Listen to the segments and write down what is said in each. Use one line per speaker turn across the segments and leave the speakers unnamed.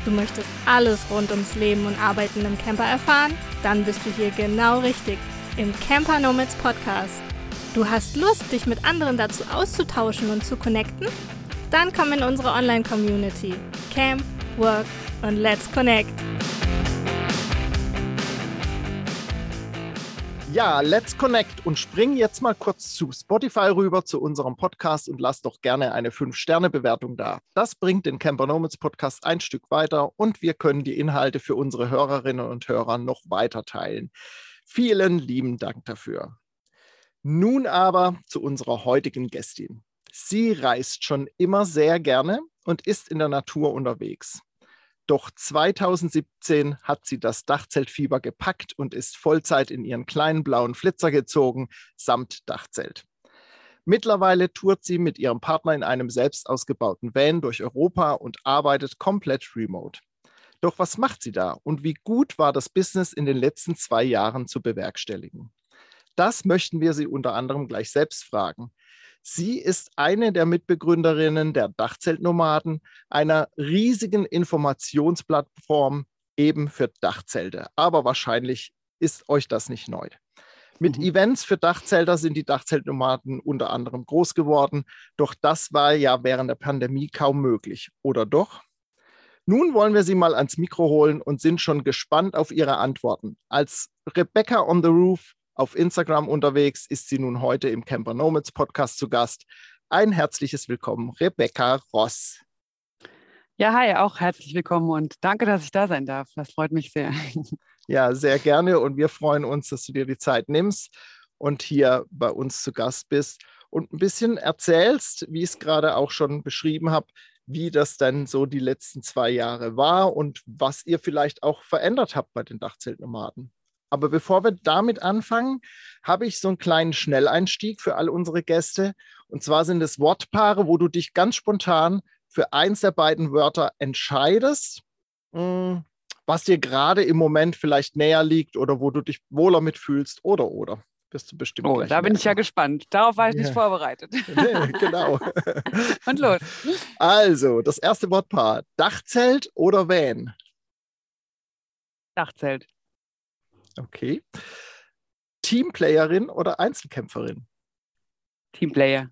Du möchtest alles rund ums Leben und Arbeiten im Camper erfahren? Dann bist du hier genau richtig, im Camper Nomads Podcast. Du hast Lust, dich mit anderen dazu auszutauschen und zu connecten? Dann komm in unsere Online-Community. Camp, Work und Let's Connect.
Ja, let's connect und spring jetzt mal kurz zu Spotify rüber zu unserem Podcast und lass doch gerne eine 5-Sterne-Bewertung da. Das bringt den Camper Nomads Podcast ein Stück weiter und wir können die Inhalte für unsere Hörerinnen und Hörer noch weiter teilen. Vielen lieben Dank dafür. Nun aber zu unserer heutigen Gästin. Sie reist schon immer sehr gerne und ist in der Natur unterwegs. Doch 2017 hat sie das Dachzeltfieber gepackt und ist Vollzeit in ihren kleinen blauen Flitzer gezogen, samt Dachzelt. Mittlerweile tourt sie mit ihrem Partner in einem selbst ausgebauten Van durch Europa und arbeitet komplett remote. Doch was macht sie da und wie gut war das Business in den letzten 2 Jahren zu bewerkstelligen? Das möchten wir sie unter anderem gleich selbst fragen. Sie ist eine der Mitbegründerinnen der Dachzeltnomaden, einer riesigen Informationsplattform eben für Dachzelte. Aber wahrscheinlich ist euch das nicht neu. Mit Events für Dachzelter sind die Dachzeltnomaden unter anderem groß geworden. Doch das war ja während der Pandemie kaum möglich. Oder doch? Nun wollen wir sie mal ans Mikro holen und sind schon gespannt auf ihre Antworten. Als Rebecca on the Roof auf Instagram unterwegs ist sie nun heute im Camper Nomads Podcast zu Gast. Ein herzliches Willkommen, Rebecca Ross.
Ja, hi, auch herzlich willkommen und danke, dass ich da sein darf. Das freut mich sehr.
Ja, sehr gerne und wir freuen uns, dass du dir die Zeit nimmst und hier bei uns zu Gast bist und ein bisschen erzählst, wie ich es gerade auch schon beschrieben habe, wie das dann so die letzten 2 Jahre war und was ihr vielleicht auch verändert habt bei den Dachzeltnomaden. Aber bevor wir damit anfangen, habe ich so einen kleinen Schnelleinstieg für all unsere Gäste. Und zwar sind es Wortpaare, wo du dich ganz spontan für eins der beiden Wörter entscheidest, was dir gerade im Moment vielleicht näher liegt oder wo du dich wohler mitfühlst oder. Wirst du bestimmt gleich
da bin
merken.
Ich ja gespannt. Darauf war ich nicht vorbereitet.
Nee, genau.
Und los.
Also, das erste Wortpaar, Dachzelt oder Van?
Dachzelt.
Okay. Teamplayerin oder Einzelkämpferin?
Teamplayer.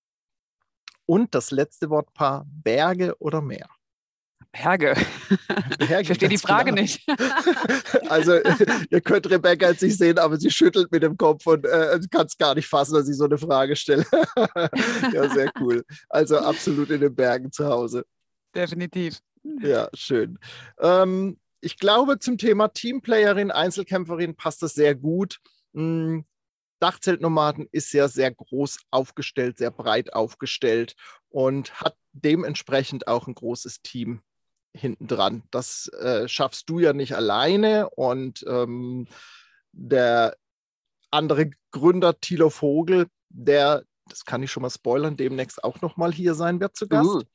Und das letzte Wortpaar, Berge oder Meer?
Berge. Ich verstehe die Frage nicht.
Also ihr könnt Rebecca jetzt nicht sehen, aber sie schüttelt mit dem Kopf und kann es gar nicht fassen, dass ich so eine Frage stelle. Ja, sehr cool. Also absolut in den Bergen zu Hause.
Definitiv.
Ja, schön. Ich glaube, zum Thema Teamplayerin, Einzelkämpferin passt das sehr gut. Dachzeltnomaden ist ja sehr groß aufgestellt, sehr breit aufgestellt und hat dementsprechend auch ein großes Team hinten dran. Das schaffst du ja nicht alleine und der andere Gründer, Thilo Vogel, das kann ich schon mal spoilern, demnächst auch nochmal hier sein wird zu Gast.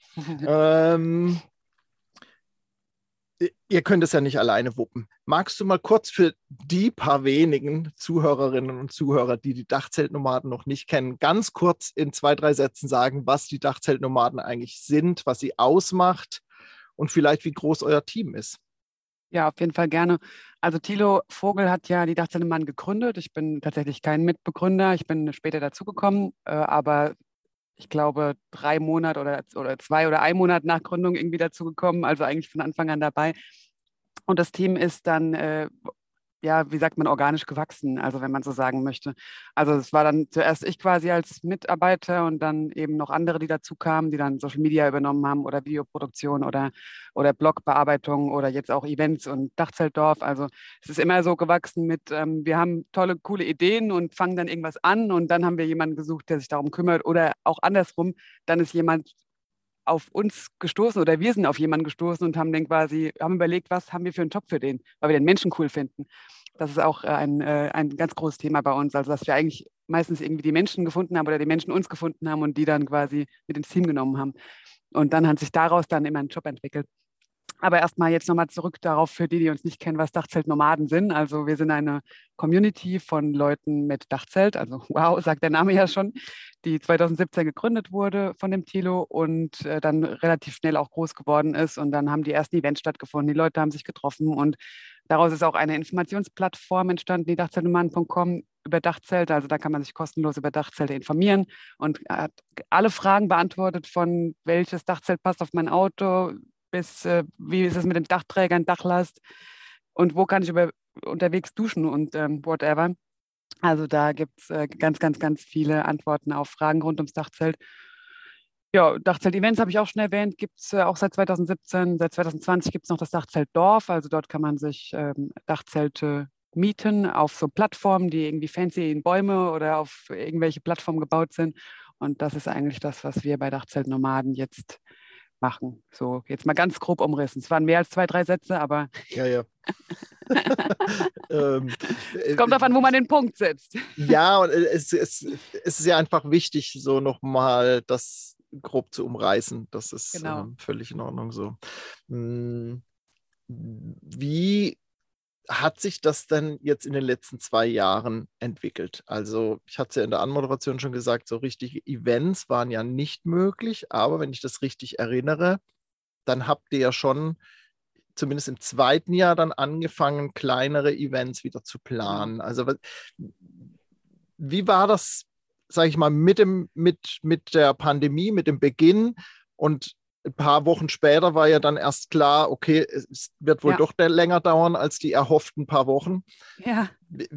Ihr könnt es ja nicht alleine wuppen. Magst du mal kurz für die paar wenigen Zuhörerinnen und Zuhörer, die die Dachzeltnomaden noch nicht kennen, ganz kurz in 2, 3 Sätzen sagen, was die Dachzeltnomaden eigentlich sind, was sie ausmacht und vielleicht wie groß euer Team ist?
Ja, auf jeden Fall gerne. Also Thilo Vogel hat ja die Dachzeltnomaden gegründet. Ich bin tatsächlich kein Mitbegründer. Ich bin später dazugekommen, aber ich glaube 3 Monate oder 2 oder 1 Monat nach Gründung irgendwie dazugekommen, also eigentlich von Anfang an dabei. Und das Team ist dann, wie sagt man, organisch gewachsen, also wenn man so sagen möchte. Also es war dann zuerst ich quasi als Mitarbeiter und dann eben noch andere, die dazu kamen, die dann Social Media übernommen haben oder Videoproduktion oder Blogbearbeitung oder jetzt auch Events und Dachzeltdorf. Also es ist immer so gewachsen mit, wir haben tolle, coole Ideen und fangen dann irgendwas an und dann haben wir jemanden gesucht, der sich darum kümmert oder auch andersrum, dann ist jemand auf uns gestoßen oder wir sind auf jemanden gestoßen und haben haben überlegt, was haben wir für einen Job für den, weil wir den Menschen cool finden. Das ist auch ein ganz großes Thema bei uns, also dass wir eigentlich meistens irgendwie die Menschen gefunden haben oder die Menschen uns gefunden haben und die dann quasi mit ins Team genommen haben. Und dann hat sich daraus dann immer ein Job entwickelt. Aber erstmal jetzt nochmal zurück darauf für die uns nicht kennen, was Dachzeltnomaden sind. Also wir sind eine Community von Leuten mit Dachzelt, also wow, sagt der Name ja schon, die 2017 gegründet wurde von dem Thilo und dann relativ schnell auch groß geworden ist. Und dann haben die ersten Events stattgefunden, die Leute haben sich getroffen und daraus ist auch eine Informationsplattform entstanden, die Dachzeltnomaden.com über Dachzelte. Also da kann man sich kostenlos über Dachzelte informieren und hat alle Fragen beantwortet von welches Dachzelt passt auf mein Auto, bis wie ist es mit den Dachträgern, Dachlast und wo kann ich unterwegs duschen und whatever. Also da gibt es ganz, ganz, ganz viele Antworten auf Fragen rund ums Dachzelt. Ja, Dachzelt-Events habe ich auch schon erwähnt, gibt es auch seit 2017. Seit 2020 gibt es noch das Dachzeltdorf. Also dort kann man sich Dachzelte mieten auf so Plattformen, die irgendwie fancy in Bäume oder auf irgendwelche Plattformen gebaut sind. Und das ist eigentlich das, was wir bei Dachzeltnomaden jetzt machen. So, jetzt mal ganz grob umrissen. Es waren mehr als 2, 3 Sätze, aber
Ja.
es kommt darauf an, wo man den Punkt setzt.
Ja, und es ist ja einfach wichtig, so nochmal das grob zu umreißen. Das ist
Genau.
völlig in Ordnung so. Wie hat sich das denn jetzt in den letzten 2 Jahren entwickelt? Also ich hatte es ja in der Anmoderation schon gesagt, so richtige Events waren ja nicht möglich, aber wenn ich das richtig erinnere, dann habt ihr ja schon zumindest im 2. Jahr dann angefangen, kleinere Events wieder zu planen.
Genau.
Also wie war das, sage ich mal, mit der Pandemie, mit dem Beginn und ein paar Wochen später war ja dann erst klar, okay, es wird wohl doch länger dauern als die erhofften paar Wochen.
Ja.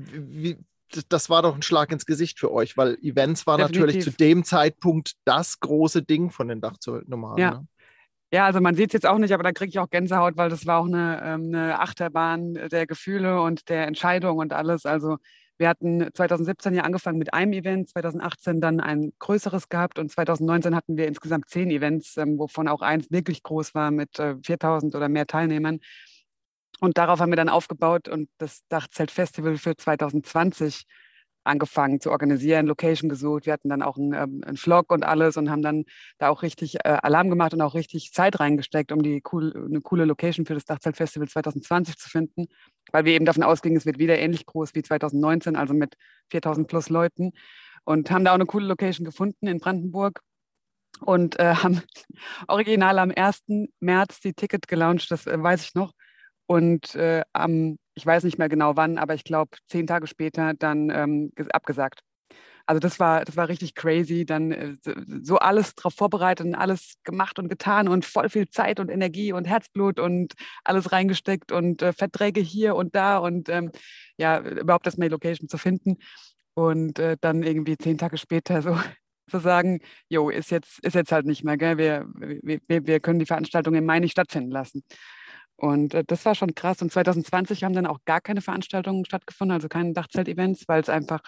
Das war doch ein Schlag ins Gesicht für euch, weil Events war
Definitiv.
natürlich zu dem Zeitpunkt das große Ding von den Dachzeltnomaden.
Ja.
Ne?
Ja, also man sieht es jetzt auch nicht, aber da kriege ich auch Gänsehaut, weil das war auch eine Achterbahn der Gefühle und der Entscheidung und alles. Also wir hatten 2017 ja angefangen mit einem Event, 2018 dann ein größeres gehabt und 2019 hatten wir insgesamt 10 Events, wovon auch eins wirklich groß war mit 4.000 oder mehr Teilnehmern. Und darauf haben wir dann aufgebaut und das Dachzelt-Festival für 2020 angefangen zu organisieren, Location gesucht. Wir hatten dann auch einen Vlog und alles und haben dann da auch richtig Alarm gemacht und auch richtig Zeit reingesteckt, um eine coole Location für das Dachzeltfestival 2020 zu finden, weil wir eben davon ausgingen, es wird wieder ähnlich groß wie 2019, also mit 4.000 plus Leuten und haben da auch eine coole Location gefunden in Brandenburg und haben original am 1. März die Ticket gelauncht, das weiß ich noch. Und ich weiß nicht mehr genau wann, aber ich glaube 10 Tage später dann abgesagt. Also das war richtig crazy, dann so alles darauf vorbereitet und alles gemacht und getan und voll viel Zeit und Energie und Herzblut und alles reingesteckt und Verträge hier und da und ja, überhaupt erstmal die Location zu finden und dann irgendwie 10 Tage später so zu sagen, jo, ist jetzt halt nicht mehr, gell? Wir können die Veranstaltung im Mai nicht stattfinden lassen. Und das war schon krass. Und 2020 haben dann auch gar keine Veranstaltungen stattgefunden, also keine Dachzelt-Events, weil es einfach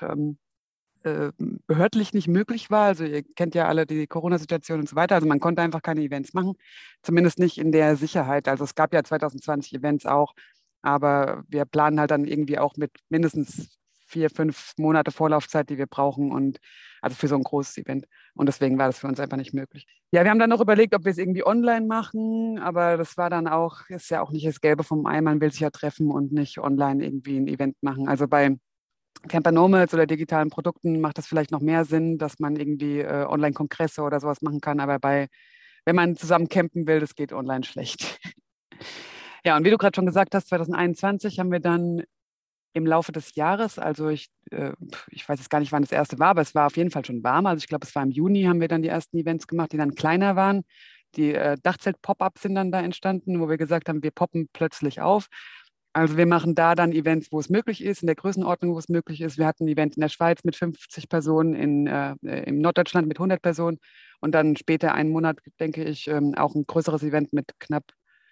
behördlich nicht möglich war. Also ihr kennt ja alle die Corona-Situation und so weiter. Also man konnte einfach keine Events machen, zumindest nicht in der Sicherheit. Also es gab ja 2020 Events auch, aber wir planen halt dann irgendwie auch mit mindestens 4, 5 Monate Vorlaufzeit, die wir brauchen und also für so ein großes Event. Und deswegen war das für uns einfach nicht möglich. Ja, wir haben dann noch überlegt, ob wir es irgendwie online machen, aber das war dann auch, ist ja auch nicht das Gelbe vom Ei, man will sich ja treffen und nicht online irgendwie ein Event machen. Also bei Camper Nomads oder digitalen Produkten macht das vielleicht noch mehr Sinn, dass man irgendwie Online-Kongresse oder sowas machen kann, aber wenn man zusammen campen will, das geht online schlecht. Ja, und wie du gerade schon gesagt hast, 2021 haben wir dann im Laufe des Jahres, also ich weiß jetzt gar nicht, wann das erste war, aber es war auf jeden Fall schon warm. Also ich glaube, es war im Juni, haben wir dann die ersten Events gemacht, die dann kleiner waren. Die Dachzelt-Pop-Ups sind dann da entstanden, wo wir gesagt haben, wir poppen plötzlich auf. Also wir machen da dann Events, wo es möglich ist, in der Größenordnung, wo es möglich ist. Wir hatten ein Event in der Schweiz mit 50 Personen, im Norddeutschland mit 100 Personen und dann später einen Monat, denke ich, auch ein größeres Event mit knapp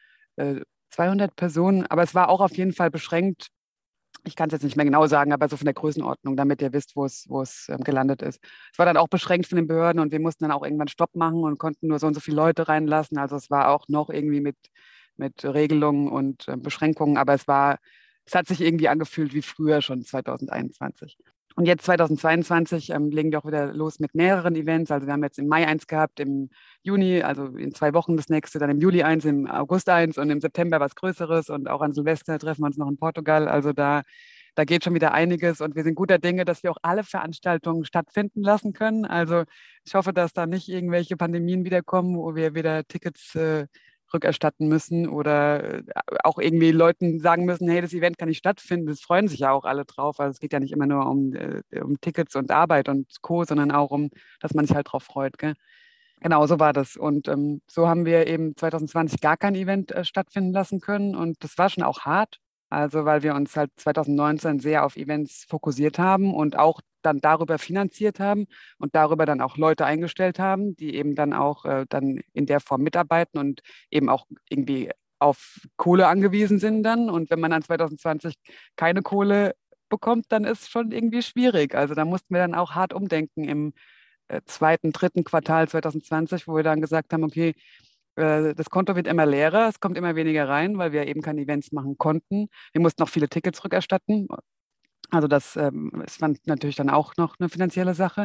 200 Personen. Aber es war auch auf jeden Fall beschränkt. Ich kann es jetzt nicht mehr genau sagen, aber so von der Größenordnung, damit ihr wisst, wo es gelandet ist. Es war dann auch beschränkt von den Behörden und wir mussten dann auch irgendwann Stopp machen und konnten nur so und so viele Leute reinlassen. Also es war auch noch irgendwie mit Regelungen und Beschränkungen, aber es hat sich irgendwie angefühlt wie früher schon 2021. Und jetzt 2022 legen wir auch wieder los mit mehreren Events. Also wir haben jetzt im Mai eins gehabt, im Juni, also in 2 Wochen das nächste, dann im Juli eins, im August eins und im September was Größeres. Und auch an Silvester treffen wir uns noch in Portugal. Also da geht schon wieder einiges. Und wir sind guter Dinge, dass wir auch alle Veranstaltungen stattfinden lassen können. Also ich hoffe, dass da nicht irgendwelche Pandemien wiederkommen, wo wir wieder Tickets rückerstatten müssen oder auch irgendwie Leuten sagen müssen, hey, das Event kann nicht stattfinden. Das freuen sich ja auch alle drauf. Also es geht ja nicht immer nur um Tickets und Arbeit und Co., sondern auch dass man sich halt drauf freut. Gell? Genau, so war das. Und so haben wir eben 2020 gar kein Event stattfinden lassen können. Und das war schon auch hart. Also weil wir uns halt 2019 sehr auf Events fokussiert haben und auch dann darüber finanziert haben und darüber dann auch Leute eingestellt haben, die eben dann auch dann in der Form mitarbeiten und eben auch irgendwie auf Kohle angewiesen sind dann. Und wenn man dann 2020 keine Kohle bekommt, dann ist es schon irgendwie schwierig. Also da mussten wir dann auch hart umdenken im zweiten, dritten Quartal 2020, wo wir dann gesagt haben, okay, das Konto wird immer leerer, es kommt immer weniger rein, weil wir eben keine Events machen konnten. Wir mussten noch viele Tickets rückerstatten. Also es war natürlich dann auch noch eine finanzielle Sache.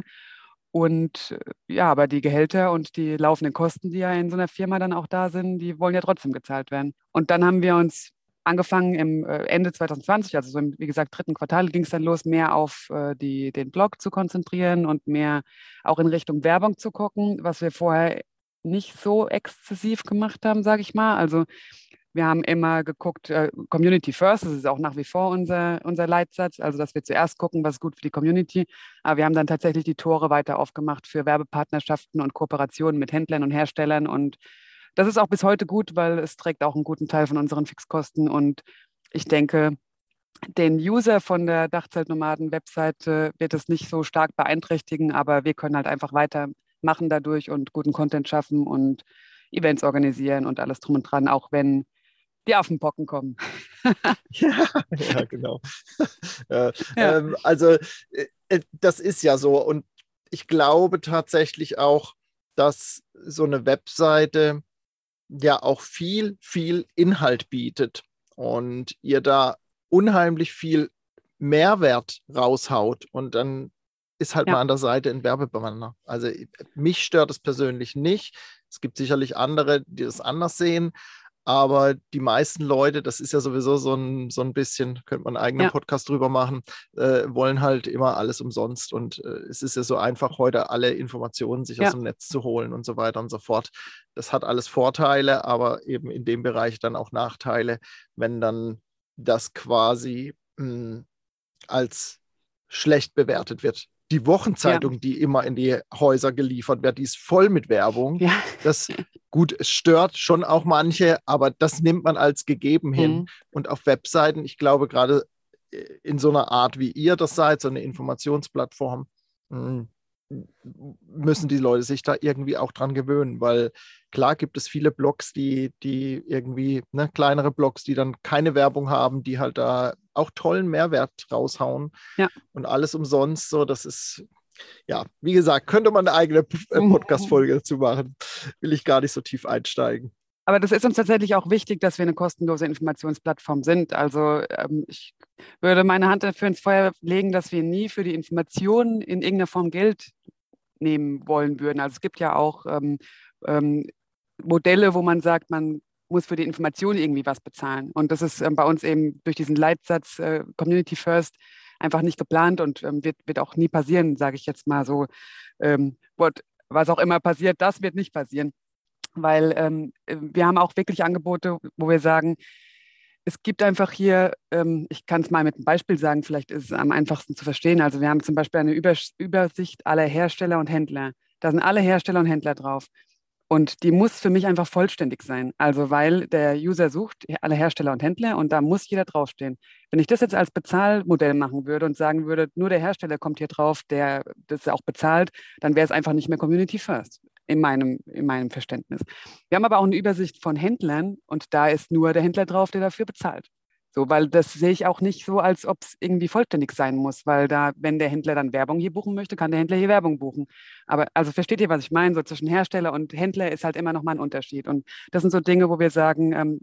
Und ja, aber die Gehälter und die laufenden Kosten, die ja in so einer Firma dann auch da sind, die wollen ja trotzdem gezahlt werden. Und dann haben wir uns angefangen im Ende 2020, also so im, wie gesagt, dritten Quartal, ging es dann los, mehr auf den Blog zu konzentrieren und mehr auch in Richtung Werbung zu gucken, was wir vorher nicht so exzessiv gemacht haben, sage ich mal. Also wir haben immer geguckt, Community First, das ist auch nach wie vor unser Leitsatz, also dass wir zuerst gucken, was ist gut für die Community. Aber wir haben dann tatsächlich die Tore weiter aufgemacht für Werbepartnerschaften und Kooperationen mit Händlern und Herstellern. Und das ist auch bis heute gut, weil es trägt auch einen guten Teil von unseren Fixkosten. Und ich denke, den User von der Dachzeltnomaden-Webseite wird es nicht so stark beeinträchtigen, aber wir können halt einfach weitermachen dadurch und guten Content schaffen und Events organisieren und alles drum und dran, auch wenn die Affenpocken kommen.
Ja, genau. Ja,
Ja,
also das ist ja so. Und ich glaube tatsächlich auch, dass so eine Webseite ja auch viel, viel Inhalt bietet und ihr da unheimlich viel Mehrwert raushaut. Und dann ist halt
ja,
mal an der Seite ein Werbebanner. Also mich stört es persönlich nicht. Es gibt sicherlich andere, die das anders sehen. Aber die meisten Leute, das ist ja sowieso so ein bisschen, könnte man einen eigenen
ja,
Podcast drüber machen, wollen halt immer alles umsonst. Und es ist ja so einfach, heute alle Informationen sich aus
ja,
dem Netz zu holen und so weiter und so fort. Das hat alles Vorteile, aber eben in dem Bereich dann auch Nachteile, wenn dann das quasi als schlecht bewertet wird. Die
ja,
Wochenzeitung, die immer in die Häuser geliefert wird, die ist voll mit Werbung.
ja.
Das, gut, es stört schon auch manche, aber das nimmt man als gegeben hin.
Mhm.
Und auf Webseiten, ich glaube, gerade in so einer Art, wie ihr das seid, so eine Informationsplattform, müssen die Leute sich da irgendwie auch dran gewöhnen, weil klar gibt es viele Blogs, die irgendwie, ne, kleinere Blogs, die dann keine Werbung haben, die halt da auch tollen Mehrwert raushauen
Ja.
und alles umsonst. So, das ist, ja, wie gesagt, könnte man eine eigene
Mhm.
Podcast-Folge dazu machen. Will ich gar nicht so tief einsteigen.
Aber das ist uns tatsächlich auch wichtig, dass wir eine kostenlose Informationsplattform sind. Also ich würde meine Hand dafür ins Feuer legen, dass wir nie für die Informationen in irgendeiner Form Geld nehmen wollen würden. Also es gibt ja auch ähm, Modelle, wo man sagt, man muss für die Information irgendwie was bezahlen. Und das ist bei uns eben durch diesen Leitsatz Community First einfach nicht geplant und wird auch nie passieren, sage ich jetzt mal so. Was auch immer passiert, das wird nicht passieren. Weil wir haben auch wirklich Angebote, wo wir sagen, es gibt einfach hier, ich kann es mal mit einem Beispiel sagen, vielleicht ist es am einfachsten zu verstehen. Also wir haben zum Beispiel eine Übersicht aller Hersteller und Händler. Da sind alle Hersteller und Händler drauf. Und die muss für mich einfach vollständig sein. Also weil der User sucht alle Hersteller und Händler und da muss jeder draufstehen. Wenn ich das jetzt als Bezahlmodell machen würde und sagen würde, nur der Hersteller kommt hier drauf, der das auch bezahlt, dann wäre es einfach nicht mehr Community First in meinem Verständnis. Wir haben aber auch eine Übersicht von Händlern und da ist nur der Händler drauf, der dafür bezahlt. So, weil das sehe ich auch nicht so, als ob es irgendwie vollständig sein muss, weil da, wenn der Händler dann Werbung hier buchen möchte, kann der Händler hier Werbung buchen. Aber also versteht ihr, was ich meine? So zwischen Hersteller und Händler ist halt immer noch mal ein Unterschied. Und das sind so Dinge, wo wir sagen,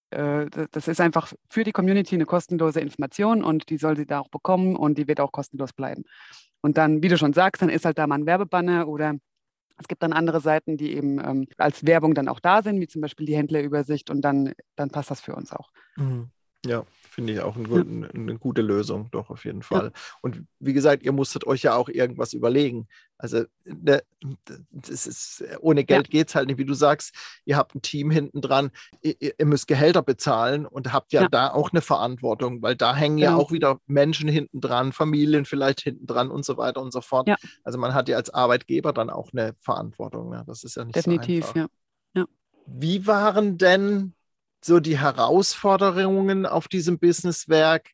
das ist einfach für die Community eine kostenlose Information und die soll sie da auch bekommen und die wird auch kostenlos bleiben. Und dann, wie du schon sagst, dann ist halt da mal ein Werbebanner oder es gibt dann andere Seiten, die eben als Werbung dann auch da sind, wie zum Beispiel die Händlerübersicht und dann passt das für uns auch.
Mhm. Ja, finde ich auch
Ja.
eine gute Lösung, doch auf jeden Fall.
Ja.
Und wie gesagt, ihr musstet euch ja auch irgendwas überlegen. Also das ist, ohne Geld geht es halt nicht, wie du sagst, ihr habt ein Team hinten dran, ihr müsst Gehälter bezahlen und habt ja da auch eine Verantwortung, weil da hängen ja
Genau.
auch wieder Menschen hinten dran, Familien vielleicht hinten dran und so weiter und so fort.
Ja.
Also man hat ja als Arbeitgeber dann auch eine Verantwortung. Ja. Das ist ja nicht
Definitiv,
so einfach.
ja.
Wie waren denn so die Herausforderungen auf diesem Businessweg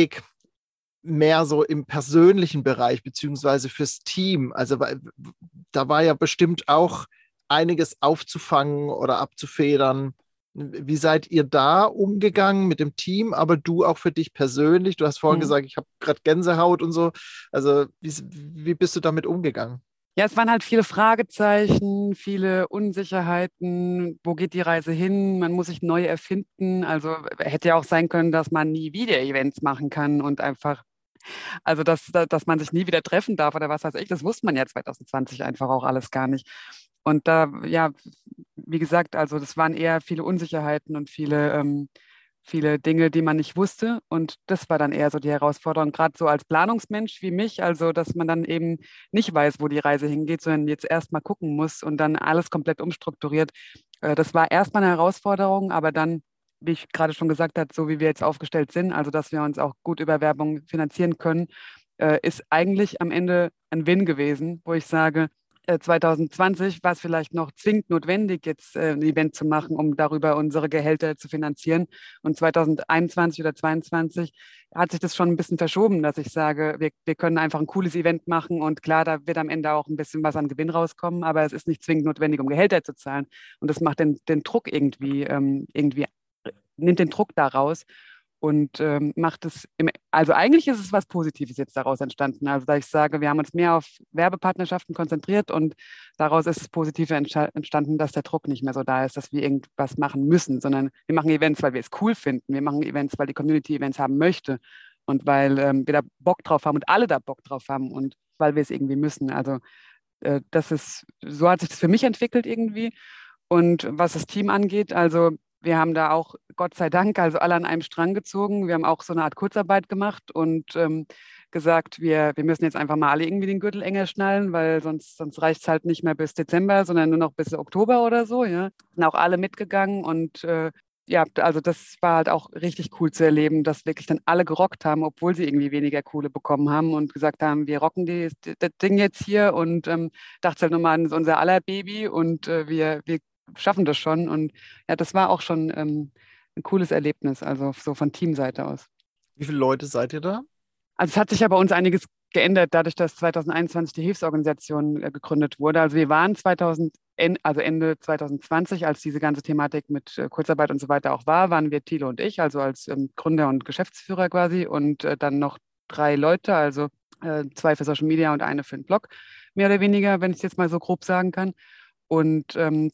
mehr so im persönlichen Bereich beziehungsweise fürs Team? Also da war ja bestimmt auch einiges aufzufangen oder abzufedern. Wie seid ihr da umgegangen mit dem Team, aber du auch für dich persönlich? Du hast vorhin gesagt, ich habe gerade Gänsehaut und so. Also wie bist du damit umgegangen?
Ja, es waren halt viele Fragezeichen, viele Unsicherheiten. Wo geht die Reise hin? Man muss sich neu erfinden. Also hätte ja auch sein können, dass man nie wieder Events machen kann und einfach, also dass man sich nie wieder treffen darf oder was weiß ich. Das wusste man ja 2020 einfach auch alles gar nicht. Und da, ja, wie gesagt, also das waren eher viele Unsicherheiten und viele Dinge, die man nicht wusste. Und das war dann eher so die Herausforderung, gerade so als Planungsmensch wie mich, also dass man dann eben nicht weiß, wo die Reise hingeht, sondern jetzt erstmal gucken muss und dann alles komplett umstrukturiert. Das war erstmal eine Herausforderung, aber dann, wie ich gerade schon gesagt habe, so wie wir jetzt aufgestellt sind, also dass wir uns auch gut über Werbung finanzieren können, ist eigentlich am Ende ein Win gewesen, wo ich sage, 2020 war es vielleicht noch zwingend notwendig, jetzt ein Event zu machen, um darüber unsere Gehälter zu finanzieren. Und 2021 oder 2022 hat sich das schon ein bisschen verschoben, dass ich sage, wir können einfach ein cooles Event machen und klar, da wird am Ende auch ein bisschen was an Gewinn rauskommen, aber es ist nicht zwingend notwendig, um Gehälter zu zahlen. Und das macht den Druck irgendwie, nimmt den Druck da raus. Und macht es, also eigentlich ist es was Positives jetzt daraus entstanden. Also da ich sage, wir haben uns mehr auf Werbepartnerschaften konzentriert und daraus ist es positiv entstanden, dass der Druck nicht mehr so da ist, dass wir irgendwas machen müssen, sondern wir machen Events, weil wir es cool finden. Wir machen Events, weil die Community Events haben möchte und weil wir da Bock drauf haben und alle da Bock drauf haben und weil wir es irgendwie müssen. Also so hat sich das für mich entwickelt irgendwie. Und was das Team angeht, also wir haben da auch, Gott sei Dank, also alle an einem Strang gezogen. Wir haben auch so eine Art Kurzarbeit gemacht und gesagt, wir müssen jetzt einfach mal alle irgendwie den Gürtel enger schnallen, weil sonst reicht es halt nicht mehr bis Dezember, sondern nur noch bis Oktober oder so. Ja. Sind auch alle mitgegangen und ja, also das war halt auch richtig cool zu erleben, dass wirklich dann alle gerockt haben, obwohl sie irgendwie weniger Kohle bekommen haben und gesagt haben, wir rocken das Ding jetzt hier und dachte halt nochmal, das ist unser aller Baby und wir schaffen das schon. Und ja, das war auch schon ein cooles Erlebnis, also so von Teamseite aus.
Wie viele Leute seid ihr da?
Also es hat sich ja bei uns einiges geändert, dadurch, dass 2021 die Hilfsorganisation gegründet wurde. Also wir waren Ende 2020, als diese ganze Thematik mit Kurzarbeit und so weiter auch war, waren wir Thilo und ich, also als Gründer und Geschäftsführer quasi und dann noch 3 Leute, also 2 für Social Media und eine für den Blog, mehr oder weniger, wenn ich es jetzt mal so grob sagen kann. Und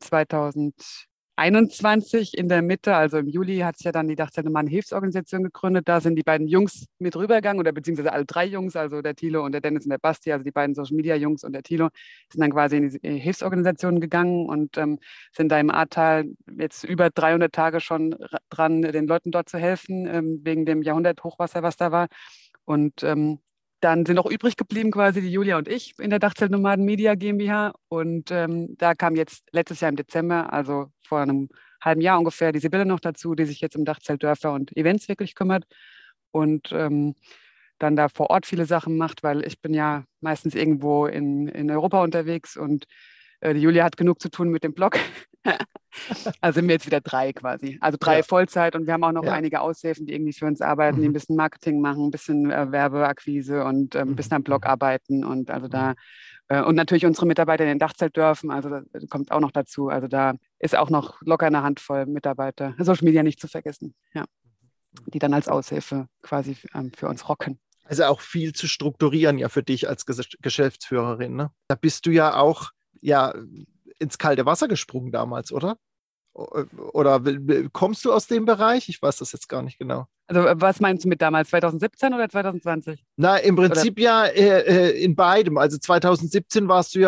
2021 in der Mitte, also im Juli, hat sich ja dann die Dachzelle Mann Hilfsorganisation gegründet. Da sind die beiden Jungs mit rübergegangen oder beziehungsweise alle 3 Jungs, also der Thilo und der Dennis und der Basti, also die beiden Social Media Jungs und der Thilo, sind dann quasi in die Hilfsorganisation gegangen und sind da im Ahrtal jetzt über 300 Tage schon dran, den Leuten dort zu helfen, wegen dem Jahrhunderthochwasser, was da war. Und dann sind auch übrig geblieben quasi die Julia und ich in der Dachzelt Nomaden Media GmbH. Und da kam jetzt letztes Jahr im Dezember, also vor einem halben Jahr ungefähr, die Sibylle noch dazu, die sich jetzt um Dachzeltdörfer und Events wirklich kümmert. Und dann da vor Ort viele Sachen macht, weil ich bin ja meistens irgendwo in Europa unterwegs und die Julia hat genug zu tun mit dem Blog. Also sind wir jetzt wieder 3 quasi. Also 3 Vollzeit und wir haben auch noch einige Aushilfen, die irgendwie für uns arbeiten, die ein bisschen Marketing machen, ein bisschen Werbeakquise und ein bisschen am Blog arbeiten und also da und natürlich unsere Mitarbeiter in den Dachzeltdörfern, also das kommt auch noch dazu. Also da ist auch noch locker eine Handvoll Mitarbeiter, Social Media nicht zu vergessen, ja, die dann als Aushilfe quasi für uns rocken.
Also auch viel zu strukturieren ja für dich als Geschäftsführerin, ne? Da bist du ja auch ins kalte Wasser gesprungen damals, oder? Oder kommst du aus dem Bereich? Ich weiß das jetzt gar nicht genau.
Also was meinst du mit damals, 2017 oder 2020?
Na, im
Oder
Prinzip ja in beidem. Also 2017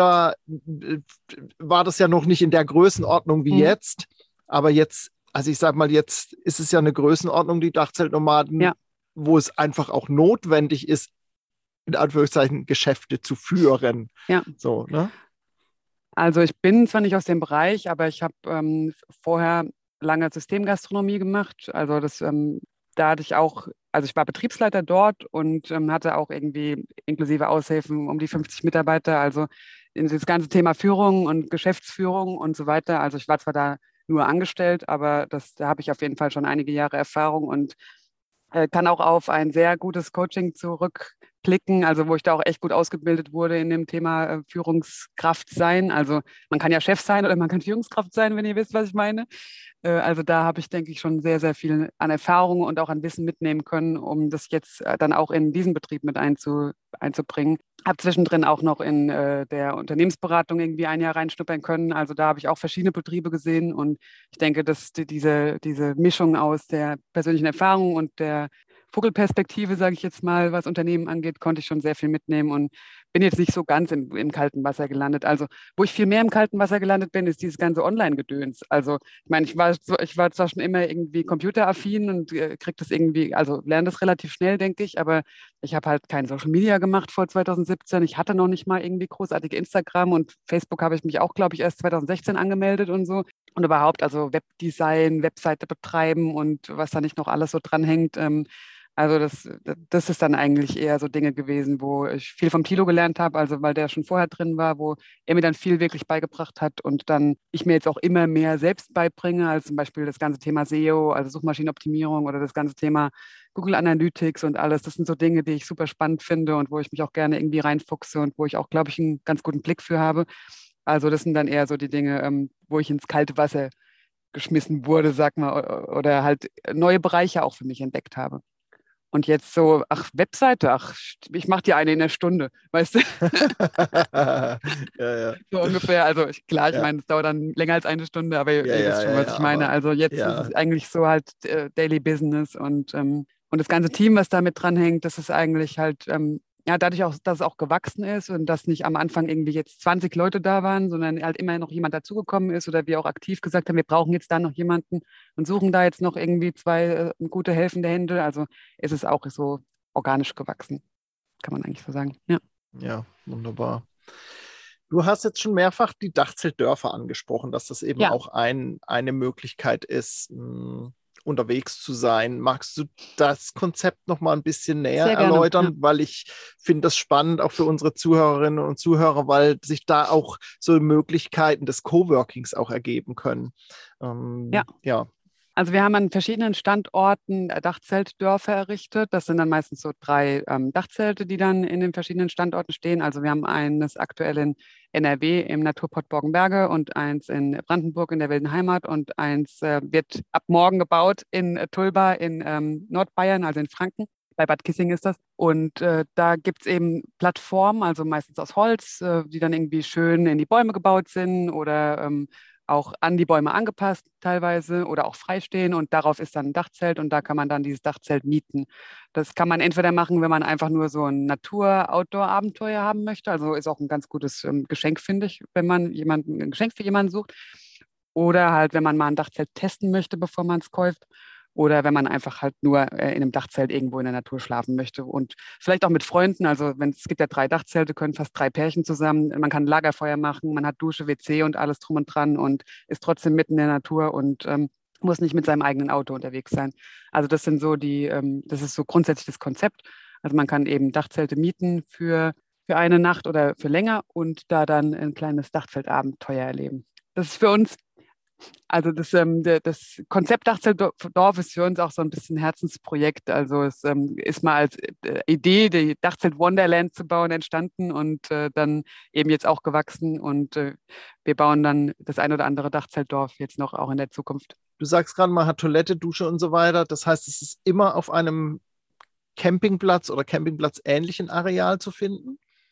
war das ja noch nicht in der Größenordnung wie
Mhm.
jetzt. Aber jetzt, also ich sag mal, jetzt ist es ja eine Größenordnung, die Dachzeltnomaden,
Ja,
wo es einfach auch notwendig ist, in Anführungszeichen Geschäfte zu führen.
ja.
So, ne?
Also ich bin zwar nicht aus dem Bereich, aber ich habe vorher lange Systemgastronomie gemacht. Also da hatte ich auch, also ich war Betriebsleiter dort und hatte auch irgendwie inklusive Aushilfen um die 50 Mitarbeiter. Also in das ganze Thema Führung und Geschäftsführung und so weiter. Also ich war zwar da nur angestellt, aber da habe ich auf jeden Fall schon einige Jahre Erfahrung und kann auch auf ein sehr gutes Coaching zurückblicken, also wo ich da auch echt gut ausgebildet wurde in dem Thema Führungskraft sein. Also man kann ja Chef sein oder man kann Führungskraft sein, wenn ihr wisst, was ich meine. Also da habe ich, denke ich, schon sehr, sehr viel an Erfahrung und auch an Wissen mitnehmen können, um das jetzt dann auch in diesen Betrieb mit einzubringen. Habe zwischendrin auch noch in der Unternehmensberatung irgendwie ein Jahr reinschnuppern können. Also da habe ich auch verschiedene Betriebe gesehen und ich denke, dass diese Mischung aus der persönlichen Erfahrung und der Vogelperspektive, sage ich jetzt mal, was Unternehmen angeht, konnte ich schon sehr viel mitnehmen und bin jetzt nicht so ganz im kalten Wasser gelandet. Also wo ich viel mehr im kalten Wasser gelandet bin, ist dieses ganze Online-Gedöns. Also ich meine, ich war zwar schon immer irgendwie computeraffin und kriege das irgendwie, also lerne das relativ schnell, denke ich, aber ich habe halt kein Social Media gemacht vor 2017. Ich hatte noch nicht mal irgendwie großartige Instagram und Facebook habe ich mich auch, glaube ich, erst 2016 angemeldet und so. Und überhaupt, also Webdesign, Webseite betreiben und was da nicht noch alles so dranhängt. Also das ist dann eigentlich eher so Dinge gewesen, wo ich viel vom Thilo gelernt habe, also weil der schon vorher drin war, wo er mir dann viel wirklich beigebracht hat und dann ich mir jetzt auch immer mehr selbst beibringe, als zum Beispiel das ganze Thema SEO, also Suchmaschinenoptimierung oder das ganze Thema Google Analytics und alles. Das sind so Dinge, die ich super spannend finde und wo ich mich auch gerne irgendwie reinfuchse und wo ich auch, glaube ich, einen ganz guten Blick für habe. Also das sind dann eher so die Dinge, wo ich ins kalte Wasser geschmissen wurde, sag mal, oder halt neue Bereiche auch für mich entdeckt habe. Und jetzt so, ach, Webseite, ach, ich mache dir eine in einer Stunde, weißt du,
Ja, ja,
so ungefähr. Also klar, ich
ja,
meine, es dauert dann länger als eine Stunde, aber
ja,
ihr
ja,
wisst schon,
ja,
was
ja,
ich meine.
aber
Also jetzt ist
ja,
es eigentlich so halt Daily Business und das ganze Team, was damit dranhängt, das ist eigentlich halt, ja, dadurch auch, dass es auch gewachsen ist und dass nicht am Anfang irgendwie jetzt 20 Leute da waren, sondern halt immer noch jemand dazugekommen ist oder wir auch aktiv gesagt haben, wir brauchen jetzt da noch jemanden und suchen da jetzt noch irgendwie zwei gute helfende Hände. Also ist es auch so organisch gewachsen, kann man eigentlich so sagen. Ja,
ja, wunderbar. Du hast jetzt schon mehrfach die Dachzeltdörfer angesprochen, dass das eben
ja,
auch eine Möglichkeit ist, unterwegs zu sein. Magst du das Konzept noch mal ein bisschen näher
sehr gerne. Ja.
erläutern? Weil ich finde das spannend, auch für unsere Zuhörerinnen und Zuhörer, weil sich da auch so Möglichkeiten des Coworkings auch ergeben können.
Ja.
Ja.
Also wir haben an verschiedenen Standorten Dachzeltdörfer errichtet. Das sind dann meistens so drei Dachzelte, die dann in den verschiedenen Standorten stehen. Also wir haben eines aktuell in NRW im Naturport Borgenberge und eins in Brandenburg in der Wilden Heimat und eins wird ab morgen gebaut in Tulba in Nordbayern, also in Franken. Bei Bad Kissing ist das. Und da gibt es eben Plattformen, also meistens aus Holz, die dann irgendwie schön in die Bäume gebaut sind oder auch an die Bäume angepasst teilweise oder auch freistehen und darauf ist dann ein Dachzelt und da kann man dann dieses Dachzelt mieten. Das kann man entweder machen, wenn man einfach nur so ein Natur-Outdoor-Abenteuer haben möchte. Also ist auch ein ganz gutes Geschenk, finde ich, wenn man ein Geschenk für jemanden sucht. Oder halt, wenn man mal ein Dachzelt testen möchte, bevor man es kauft. Oder wenn man einfach halt nur in einem Dachzelt irgendwo in der Natur schlafen möchte. Und vielleicht auch mit Freunden. Also es gibt ja drei Dachzelte, können fast drei Pärchen zusammen. Man kann Lagerfeuer machen, man hat Dusche, WC und alles drum und dran und ist trotzdem mitten in der Natur und muss nicht mit seinem eigenen Auto unterwegs sein. Also das sind so das ist so grundsätzlich das Konzept. Also man kann eben Dachzelte mieten für eine Nacht oder für länger und da dann ein kleines Dachzeltabenteuer erleben. Das ist für uns also das Konzept Dachzeltdorf ist für uns auch so ein bisschen Herzensprojekt. Also es ist mal als Idee, die Dachzelt Wonderland zu bauen, entstanden und dann eben jetzt auch gewachsen. Und wir bauen dann das ein oder andere Dachzeltdorf jetzt noch auch in der Zukunft.
Du sagst gerade, man hat Toilette, Dusche und so weiter. Das heißt, es ist immer auf einem Campingplatz oder Campingplatz ähnlichen Areal zu finden?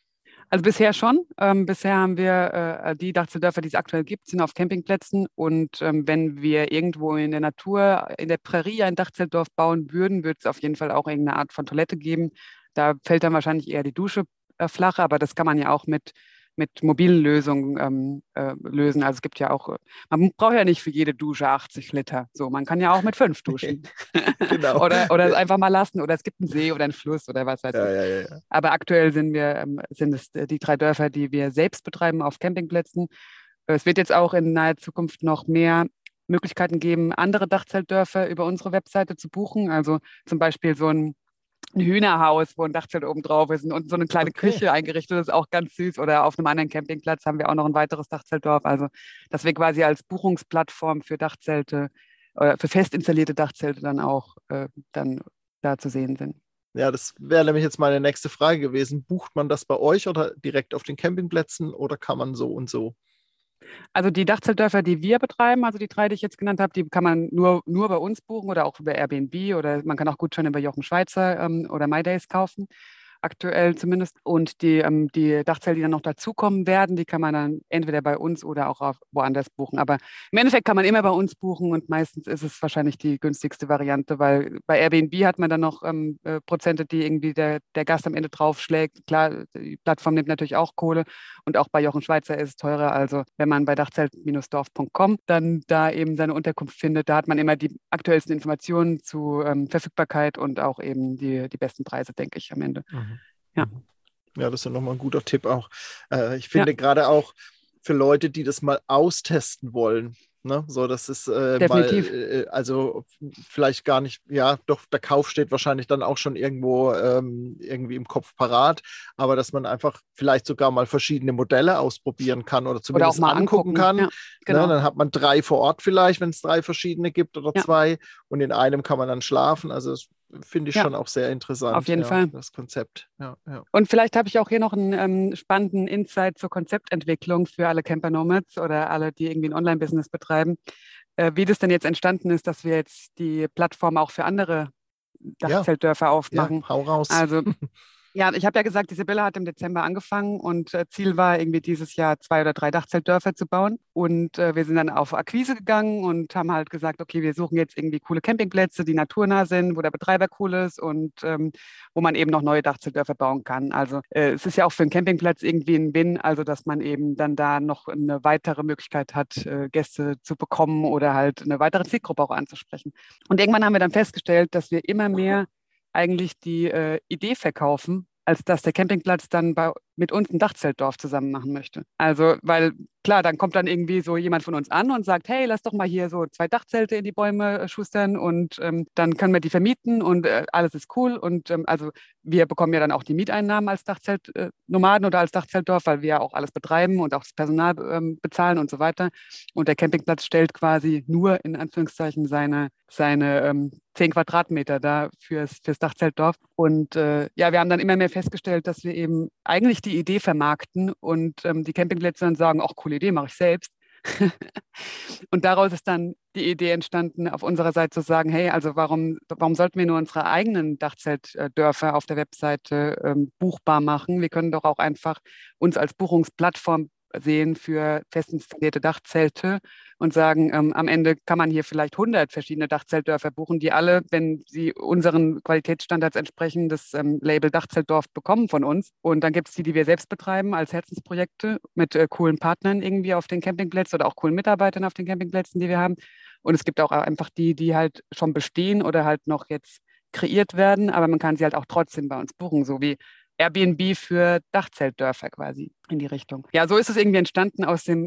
Also bisher schon. Bisher haben wir die Dachzeltdörfer, die es aktuell gibt, sind auf Campingplätzen. Und wenn wir irgendwo in der Natur, in der Prärie ein Dachzeltdorf bauen würden, würde es auf jeden Fall auch irgendeine Art von Toilette geben. Da fällt dann wahrscheinlich eher die Dusche flach, aber das kann man ja auch mit mobilen Lösungen lösen. Also es gibt ja auch, man braucht ja nicht für jede Dusche 80 Liter. So, man kann ja auch mit 5 duschen.
Genau.
Oder es einfach mal lassen. Oder es gibt einen See oder einen Fluss oder was weiß ich.
Ja.
Aber aktuell sind es die 3 Dörfer, die wir selbst betreiben auf Campingplätzen. Es wird jetzt auch in naher Zukunft noch mehr Möglichkeiten geben, andere Dachzeltdörfer über unsere Webseite zu buchen. Also zum Beispiel so ein Hühnerhaus, wo ein Dachzelt oben drauf ist und so eine kleine Küche eingerichtet, das ist auch ganz süß. Oder auf einem anderen Campingplatz haben wir auch noch ein weiteres Dachzeltdorf. Also, dass wir quasi als Buchungsplattform für Dachzelte oder für fest installierte Dachzelte dann auch dann da zu sehen sind.
Ja, das wäre nämlich jetzt meine nächste Frage gewesen. Bucht man das bei euch oder direkt auf den Campingplätzen oder kann man so und so?
Also die Dachzeltdörfer, die wir betreiben, also die 3, die ich jetzt genannt habe, die kann man nur bei uns buchen oder auch über Airbnb oder man kann auch Gutscheine bei Jochen Schweizer oder MyDays kaufen, aktuell zumindest. Und die Dachzelte, die dann noch dazukommen werden, die kann man dann entweder bei uns oder auch woanders buchen. Aber im Endeffekt kann man immer bei uns buchen und meistens ist es wahrscheinlich die günstigste Variante, weil bei Airbnb hat man dann noch Prozente, die irgendwie der Gast am Ende draufschlägt. Klar, die Plattform nimmt natürlich auch Kohle und auch bei Jochen Schweizer ist es teurer. Also wenn man bei dachzelt-dorf.com dann da eben seine Unterkunft findet, da hat man immer die aktuellsten Informationen zu Verfügbarkeit und auch eben die besten Preise, denke ich, am Ende. Ja.
Ja, das ist ja nochmal ein guter Tipp auch. Ich finde gerade auch für Leute, die das mal austesten wollen, ne? So, das ist mal, also vielleicht gar nicht, ja, doch, der Kauf steht wahrscheinlich dann auch schon irgendwo irgendwie im Kopf parat, aber dass man einfach vielleicht sogar mal verschiedene Modelle ausprobieren kann oder zumindest
oder auch mal
angucken kann.
Ja, genau.
Ne? Dann hat man 3 vor Ort vielleicht, wenn es 3 verschiedene gibt oder 2 und in einem kann man dann schlafen. Also das finde ich schon auch sehr interessant.
Auf jeden Fall.
Das Konzept. Ja.
Und vielleicht habe ich auch hier noch einen spannenden Insight zur Konzeptentwicklung für alle Camper Nomads oder alle, die irgendwie ein Online-Business betreiben. Wie das denn jetzt entstanden ist, dass wir jetzt die Plattform auch für andere Dachzeltdörfer aufmachen.
Ja, hau raus.
Also ja, ich habe ja gesagt, die Sibylle hat im Dezember angefangen und Ziel war irgendwie dieses Jahr 2 oder 3 Dachzeltdörfer zu bauen. Und wir sind dann auf Akquise gegangen und haben halt gesagt, okay, wir suchen jetzt irgendwie coole Campingplätze, die naturnah sind, wo der Betreiber cool ist und wo man eben noch neue Dachzeltdörfer bauen kann. Also es ist ja auch für einen Campingplatz irgendwie ein Win, also dass man eben dann da noch eine weitere Möglichkeit hat, Gäste zu bekommen oder halt eine weitere Zielgruppe auch anzusprechen. Und irgendwann haben wir dann festgestellt, dass wir immer mehr eigentlich die Idee verkaufen, als dass der Campingplatz dann mit uns ein Dachzeltdorf zusammen machen möchte. Also, weil klar, dann kommt dann irgendwie so jemand von uns an und sagt, hey, lass doch mal hier so 2 Dachzelte in die Bäume schustern und dann können wir die vermieten und alles ist cool. Und also wir bekommen ja dann auch die Mieteinnahmen als Dachzeltnomaden oder als Dachzeltdorf, weil wir ja auch alles betreiben und auch das Personal bezahlen und so weiter. Und der Campingplatz stellt quasi nur in Anführungszeichen seine 10 Quadratmeter da fürs Dachzeltdorf. Und wir haben dann immer mehr festgestellt, dass wir eben eigentlich die Idee vermarkten und die Campingplätze dann sagen, ach, coole Idee, mache ich selbst. Und daraus ist dann die Idee entstanden, auf unserer Seite zu sagen, hey, also warum sollten wir nur unsere eigenen Dachzeltdörfer auf der Webseite buchbar machen? Wir können doch auch einfach uns als Buchungsplattform sehen für fest installierte Dachzelte und sagen, am Ende kann man hier vielleicht 100 verschiedene Dachzeltdörfer buchen, die alle, wenn sie unseren Qualitätsstandards entsprechen, das Label Dachzeltdorf bekommen von uns. Und dann gibt es die wir selbst betreiben als Herzensprojekte mit coolen Partnern irgendwie auf den Campingplätzen oder auch coolen Mitarbeitern auf den Campingplätzen, die wir haben. Und es gibt auch einfach die halt schon bestehen oder halt noch jetzt kreiert werden, aber man kann sie halt auch trotzdem bei uns buchen, so wie Airbnb für Dachzeltdörfer quasi in die Richtung. Ja, so ist es irgendwie entstanden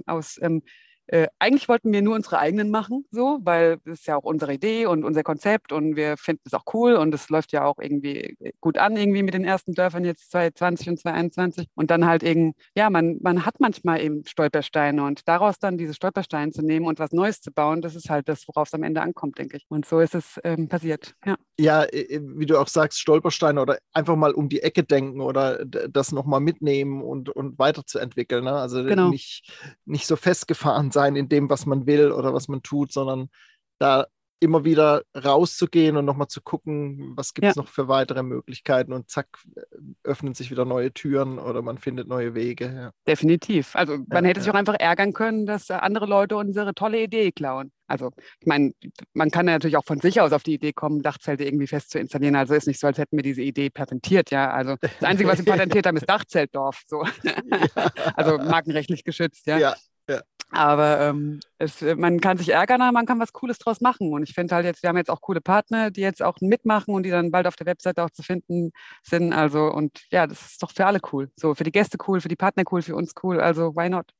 eigentlich wollten wir nur unsere eigenen machen, so, weil das ist ja auch unsere Idee und unser Konzept und wir finden es auch cool und es läuft ja auch irgendwie gut an, irgendwie mit den ersten Dörfern jetzt 2020 und 2021 und dann halt man hat manchmal eben Stolpersteine und daraus dann diese Stolpersteine zu nehmen und was Neues zu bauen, das ist halt das, worauf es am Ende ankommt, denke ich. Und so ist es passiert, ja.
Ja, wie du auch sagst, Stolpersteine oder einfach mal um die Ecke denken oder das nochmal mitnehmen und weiterzuentwickeln. Ne? Also
genau.
nicht so festgefahren sein in dem, was man will oder was man tut, sondern da immer wieder rauszugehen und nochmal zu gucken, was gibt es noch für weitere Möglichkeiten und zack, öffnen sich wieder neue Türen oder man findet neue Wege. Ja.
Definitiv. Also man hätte sich auch einfach ärgern können, dass andere Leute unsere tolle Idee klauen. Also ich meine, man kann ja natürlich auch von sich aus auf die Idee kommen, Dachzelte irgendwie fest zu installieren. Also ist nicht so, als hätten wir diese Idee patentiert. Ja, also das Einzige, was wir patentiert haben, ist Dachzeltdorf. So.
Ja.
Also markenrechtlich geschützt. Ja.
Ja.
Aber man kann sich ärgern, aber man kann was Cooles draus machen. Und ich finde halt jetzt, wir haben jetzt auch coole Partner, die jetzt auch mitmachen und die dann bald auf der Webseite auch zu finden sind. Also, und ja, das ist doch für alle cool. So, für die Gäste cool, für die Partner cool, für uns cool. Also, why not?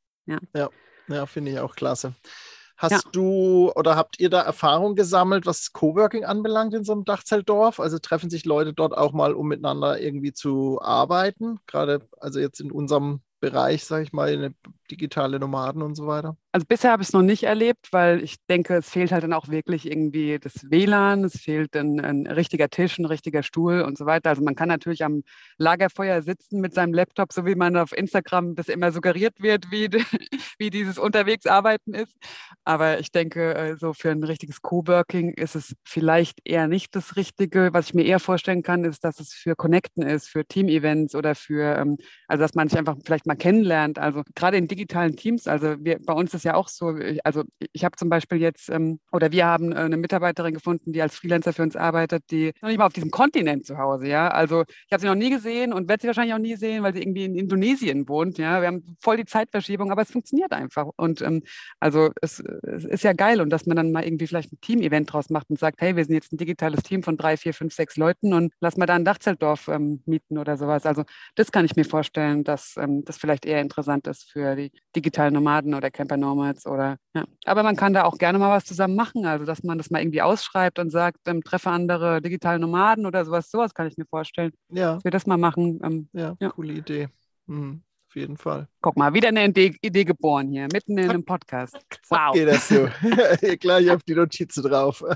Ja, finde ich auch klasse. Hast du oder habt ihr da Erfahrung gesammelt, was Coworking anbelangt in so einem Dachzeltdorf? Also treffen sich Leute dort auch mal, um miteinander irgendwie zu arbeiten? Gerade also jetzt in unserem Bereich, sage ich mal, in digitale Nomaden und so weiter?
Also bisher habe ich es noch nicht erlebt, weil ich denke, es fehlt halt dann auch wirklich irgendwie das WLAN, es fehlt ein richtiger Tisch, ein richtiger Stuhl und so weiter. Also man kann natürlich am Lagerfeuer sitzen mit seinem Laptop, so wie man auf Instagram das immer suggeriert wird, wie dieses Unterwegsarbeiten ist. Aber ich denke, so für ein richtiges Coworking ist es vielleicht eher nicht das Richtige. Was ich mir eher vorstellen kann, ist, dass es für Connecten ist, für Team-Events oder also dass man sich einfach vielleicht mal kennenlernt. Also gerade in digitalen Teams, also bei uns ist ja auch so, also ich habe zum Beispiel jetzt, oder wir haben eine Mitarbeiterin gefunden, die als Freelancer für uns arbeitet, die ist noch nicht mal auf diesem Kontinent zu Hause, ja. Also ich habe sie noch nie gesehen und werde sie wahrscheinlich auch nie sehen, weil sie irgendwie in Indonesien wohnt, ja. Wir haben voll die Zeitverschiebung, aber es funktioniert einfach. Und also es ist ja geil und dass man dann mal irgendwie vielleicht ein Team-Event draus macht und sagt, hey, wir sind jetzt ein digitales Team von 3, 4, 5, 6 Leuten und lass mal da ein Dachzeltdorf mieten oder sowas. Also das kann ich mir vorstellen, dass das vielleicht eher interessant ist für die digitalen Nomaden oder Camper Nomads oder ja. Aber man kann da auch gerne mal was zusammen machen, also dass man das mal irgendwie ausschreibt und sagt, treffe andere digitale Nomaden oder sowas kann ich mir vorstellen,
Ja,
dass wir das mal machen.
coole Idee. Auf jeden Fall.
Guck mal, wieder eine Idee geboren hier, mitten in einem Podcast. Wow.
Geht das so? Gleich auf die Notizen drauf.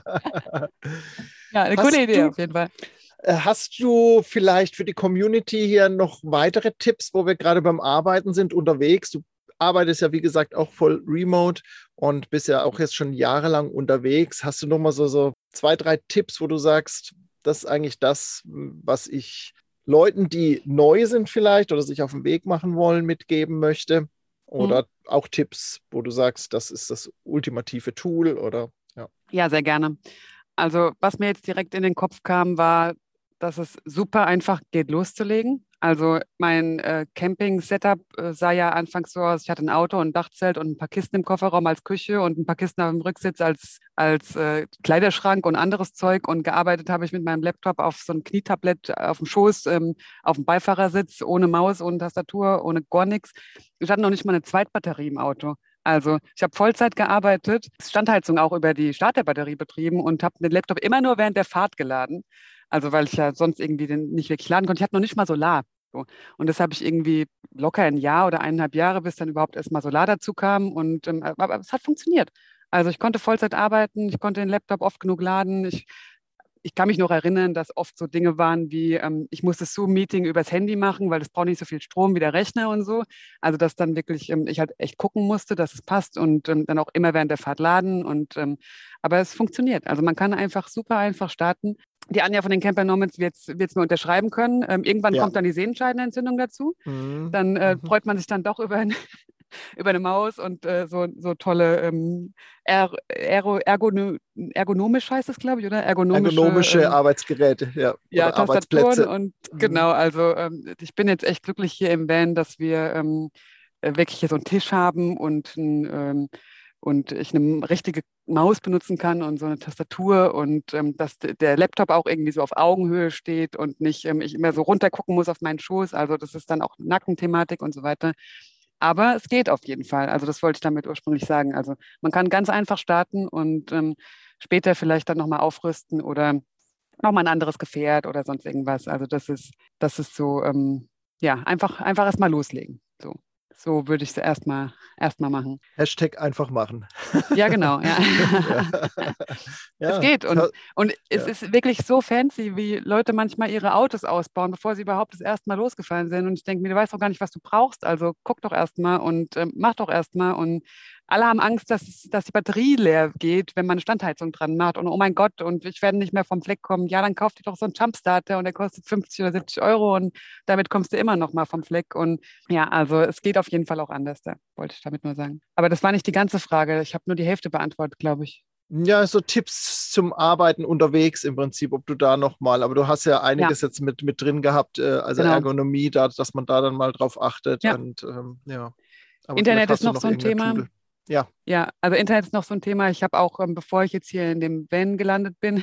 Ja, eine coole Idee auf jeden Fall.
Hast du vielleicht für die Community hier noch weitere Tipps, wo wir gerade beim Arbeiten sind, unterwegs? Du arbeitest ja, wie gesagt, auch voll remote und bist ja auch jetzt schon jahrelang unterwegs. Hast du noch mal so 2, 3 Tipps, wo du sagst, das ist eigentlich das, was ich Leuten, die neu sind vielleicht oder sich auf den Weg machen wollen, mitgeben möchte? Oder auch Tipps, wo du sagst, das ist das ultimative Tool oder ja.
Ja, sehr gerne. Also was mir jetzt direkt in den Kopf kam, war, dass es super einfach geht, loszulegen. Also mein Camping-Setup sah ja anfangs so aus, ich hatte ein Auto und ein Dachzelt und ein paar Kisten im Kofferraum als Küche und ein paar Kisten auf dem Rücksitz als Kleiderschrank und anderes Zeug und gearbeitet habe ich mit meinem Laptop auf so einem Knietablett auf dem Schoß, auf dem Beifahrersitz, ohne Maus, ohne Tastatur, ohne gar nichts. Ich hatte noch nicht mal eine Zweitbatterie im Auto. Also ich habe Vollzeit gearbeitet, Standheizung auch über die Starterbatterie betrieben und habe den Laptop immer nur während der Fahrt geladen. Also weil ich ja sonst irgendwie den nicht wirklich laden konnte. Ich hatte noch nicht mal Solar. So. Und das habe ich irgendwie locker ein Jahr oder 1,5 Jahre, bis dann überhaupt erst mal Solar dazu kam. Aber es hat funktioniert. Also ich konnte Vollzeit arbeiten, ich konnte den Laptop oft genug laden. Ich kann mich noch erinnern, dass oft so Dinge waren wie, ich musste das Zoom-Meeting übers Handy machen, weil das braucht nicht so viel Strom wie der Rechner und so. Also dass dann wirklich ich halt echt gucken musste, dass es passt und dann auch immer während der Fahrt laden. Aber es funktioniert. Also man kann einfach super einfach starten. Die Anja von den Camper Nomads wird es mir unterschreiben können. Irgendwann kommt dann die Sehenscheidenentzündung dazu. Dann freut man sich dann doch über eine Maus und so tolle ergonomisch heißt es, glaube ich, oder?
Ergonomische Arbeitsgeräte, ja.
Ja,
oder
Tastaturen
Arbeitsplätze.
und genau, also ich bin jetzt echt glücklich hier im Van, dass wir wirklich hier so einen Tisch haben und ich eine richtige Maus benutzen kann und so eine Tastatur und dass der Laptop auch irgendwie so auf Augenhöhe steht und nicht ich immer so runter gucken muss auf meinen Schoß. Also das ist dann auch Nackenthematik und so weiter. Aber es geht auf jeden Fall. Also das wollte ich damit ursprünglich sagen. Also man kann ganz einfach starten und später vielleicht dann nochmal aufrüsten oder nochmal ein anderes Gefährt oder sonst irgendwas. Also das ist so, ja, einfach erstmal loslegen. So würde ich es erstmal machen.
Hashtag einfach machen.
Ja, genau, ja.
Ja.
Es geht und es
Ja.
ist wirklich so fancy, wie Leute manchmal ihre Autos ausbauen, bevor sie überhaupt das erste Mal losgefahren sind. Und ich denke mir, du weißt doch gar nicht, was du brauchst, also guck doch erst mal und mach doch erst mal. Und alle haben Angst, dass die Batterie leer geht, wenn man eine Standheizung dran macht. Und oh mein Gott, und ich werde nicht mehr vom Fleck kommen. Ja, dann kauf dir doch so einen Jumpstarter und der kostet 50 oder 70 Euro und damit kommst du immer noch mal vom Fleck. Und ja, also es geht auf jeden Fall auch anders, da wollte ich damit nur sagen. Aber das war nicht die ganze Frage. Ich habe nur die Hälfte beantwortet, glaube ich.
Ja, so Tipps zum Arbeiten unterwegs im Prinzip, ob du da nochmal, aber du hast ja
Ja,
einiges jetzt mit drin gehabt, also
genau.
Ergonomie, dass man da dann mal drauf achtet
Ja,
und ja, aber vielleicht
Internet ist
hast du
noch
noch
so ein
irgendein
Thema.
Tool. Ja.
Ja, also Internet ist noch so ein Thema. Ich habe auch, bevor ich jetzt hier in dem Van gelandet bin,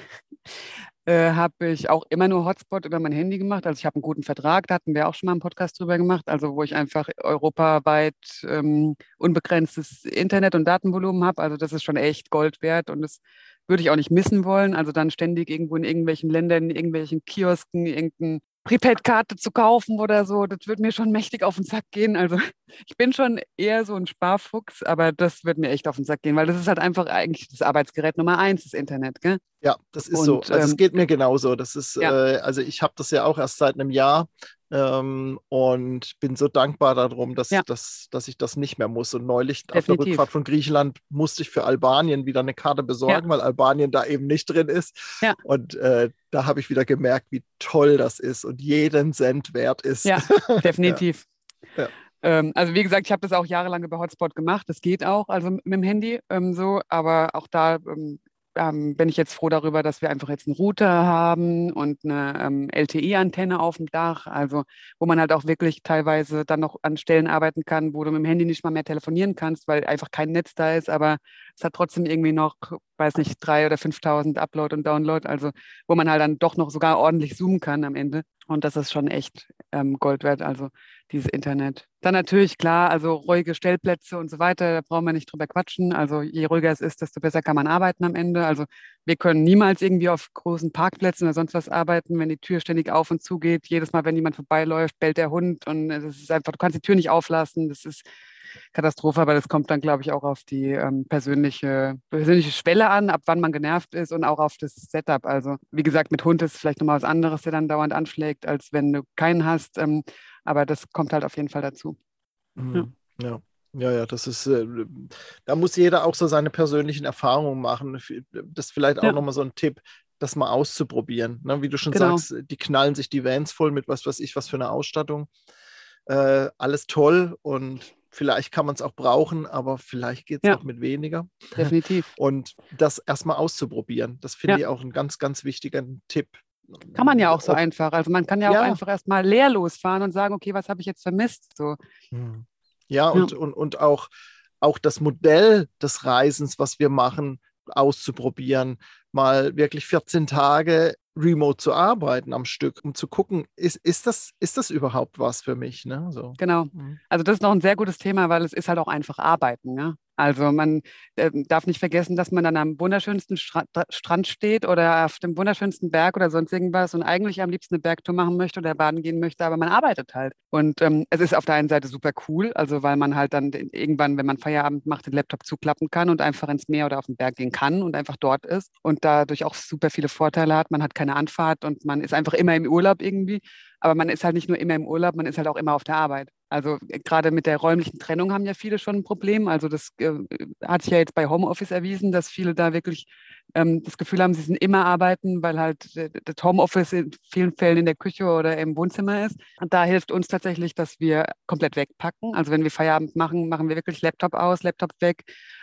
habe ich auch immer nur Hotspot über mein Handy gemacht. Also ich habe einen guten Vertrag, da hatten wir auch schon mal einen Podcast drüber gemacht, also wo ich einfach europaweit unbegrenztes Internet- und Datenvolumen habe. Also das ist schon echt Gold wert und das würde ich auch nicht missen wollen. Also dann ständig irgendwo in irgendwelchen Ländern, in irgendwelchen Kiosken, irgendeine Prepaid-Karte zu kaufen oder so, das würde mir schon mächtig auf den Sack gehen. Also ich bin schon eher so ein Sparfuchs, aber das wird mir echt auf den Sack gehen, weil das ist halt einfach eigentlich das Arbeitsgerät Nummer eins, das Internet, gell?
Ja, das ist so.
Und
Also es geht mir genauso. Das ist,
ja,
also ich habe das ja auch erst seit einem Jahr und bin so dankbar darum,
ja,
dass ich das nicht mehr muss. Und neulich auf der
definitiv.
Rückfahrt von Griechenland musste ich für Albanien wieder eine Karte
Ja,
besorgen, weil Albanien da eben nicht drin ist.
ja,
Und da habe ich wieder gemerkt, wie toll das ist und jeden Cent wert ist.
ja,
Ja,
definitiv.
ja.
Also wie gesagt, ich habe das auch jahrelang über Hotspot gemacht. Das geht auch, also mit dem Handy so, aber auch da bin ich jetzt froh darüber, dass wir einfach jetzt einen Router haben und eine LTE-Antenne auf dem Dach, also wo man halt auch wirklich teilweise dann noch an Stellen arbeiten kann, wo du mit dem Handy nicht mal mehr telefonieren kannst, weil einfach kein Netz da ist, aber es hat trotzdem irgendwie noch, weiß nicht, 3.000 oder 5.000 Upload und Download, also wo man halt dann doch noch sogar ordentlich zoomen kann am Ende. Und das ist schon echt Gold wert, also dieses Internet. Dann natürlich, klar, also ruhige Stellplätze und so weiter, da brauchen wir nicht drüber quatschen. Also je ruhiger es ist, desto besser kann man arbeiten am Ende. Also wir können niemals irgendwie auf großen Parkplätzen oder sonst was arbeiten, wenn die Tür ständig auf und zu geht. Jedes Mal, wenn jemand vorbeiläuft, bellt der Hund und das ist einfach, du kannst die Tür nicht auflassen. Das ist Katastrophe, aber das kommt dann, glaube ich, auch auf die persönliche Schwelle an, ab wann man genervt ist und auch auf das Setup. Also wie gesagt, mit Hund ist vielleicht nochmal was anderes, der dann dauernd anschlägt, als wenn du keinen hast. Aber das kommt halt auf jeden Fall dazu. Ja,
Mhm. Ja. Ja, ja, das ist, da muss jeder auch so seine persönlichen Erfahrungen machen. Das ist vielleicht auch
ja,
nochmal so ein Tipp, das mal auszuprobieren. Ne? Wie du schon
genau.
sagst, die knallen sich die Vans voll mit was weiß ich, was für eine Ausstattung. Alles toll und vielleicht kann man es auch brauchen, aber vielleicht geht es
Ja,
auch mit weniger.
definitiv.
Und das erstmal auszuprobieren, das finde
Ja,
ich auch einen ganz, ganz wichtigen Tipp.
kann man ja auch so
Ob,
einfach. Also man kann ja auch
ja,
einfach erstmal leer losfahren und sagen, okay, was habe ich jetzt vermisst? So.
hm. Ja,
Ja,
und auch das Modell des Reisens, was wir machen, auszuprobieren, mal wirklich 14 Tage remote zu arbeiten am Stück, um zu gucken, ist das überhaupt was für mich? Ne? So.
genau.
Hm.
Also das ist noch ein sehr gutes Thema, weil es ist halt auch einfach Arbeiten. Ne? Also man darf nicht vergessen, dass man dann am wunderschönsten Strand steht oder auf dem wunderschönsten Berg oder sonst irgendwas und eigentlich am liebsten eine Bergtour machen möchte oder baden gehen möchte, aber man arbeitet halt. Und es ist auf der einen Seite super cool, also weil man halt dann irgendwann, wenn man Feierabend macht, den Laptop zuklappen kann und einfach ins Meer oder auf den Berg gehen kann und einfach dort ist und dadurch auch super viele Vorteile hat. Man hat keine Anfahrt und man ist einfach immer im Urlaub irgendwie. Aber man ist halt nicht nur immer im Urlaub, man ist halt auch immer auf der Arbeit. Also gerade mit der räumlichen Trennung haben ja viele schon ein Problem. Also das hat sich ja jetzt bei Homeoffice erwiesen, dass viele da wirklich das Gefühl haben, sie sind immer arbeiten, weil halt das Homeoffice in vielen Fällen in der Küche oder im Wohnzimmer ist. Und da hilft uns tatsächlich, dass wir komplett wegpacken. Also wenn wir Feierabend machen, machen wir wirklich Laptop aus, Laptop weg.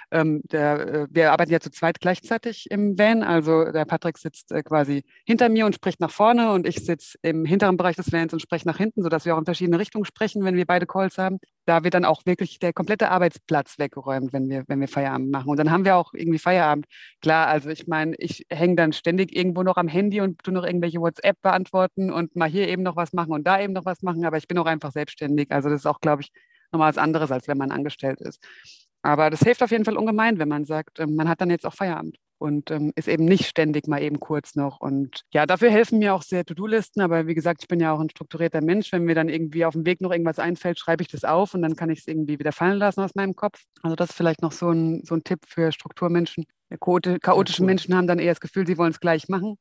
Wir arbeiten ja zu zweit gleichzeitig im Van. Also der Patrick sitzt quasi hinter mir und spricht nach vorne und ich sitze im hinteren Bereich des Vans und spreche nach hinten, sodass wir auch in verschiedene Richtungen sprechen, wenn wir beide Calls haben. Da wird dann auch wirklich der komplette Arbeitsplatz weggeräumt, wenn wir Feierabend machen. Und dann haben wir auch irgendwie Feierabend. Klar, also ich meine, ich hänge dann ständig irgendwo noch am Handy und tu noch irgendwelche WhatsApp beantworten und mal hier eben noch was machen und da eben noch was machen, aber ich bin auch einfach selbstständig. Also das ist auch, glaube ich, nochmal was anderes, als wenn man angestellt ist. Aber das hilft auf jeden Fall ungemein, wenn man sagt, man hat dann jetzt auch Feierabend. und ist eben nicht ständig mal eben kurz noch. Und ja, dafür helfen mir auch sehr To-Do-Listen, aber wie gesagt, ich bin ja auch ein strukturierter Mensch. Wenn mir dann irgendwie auf dem Weg noch irgendwas einfällt, schreibe ich das auf und dann kann ich es irgendwie wieder fallen lassen aus meinem Kopf. Also das ist vielleicht noch so ein Tipp für Strukturmenschen. Chaotische Menschen haben dann eher das Gefühl, sie wollen es gleich machen.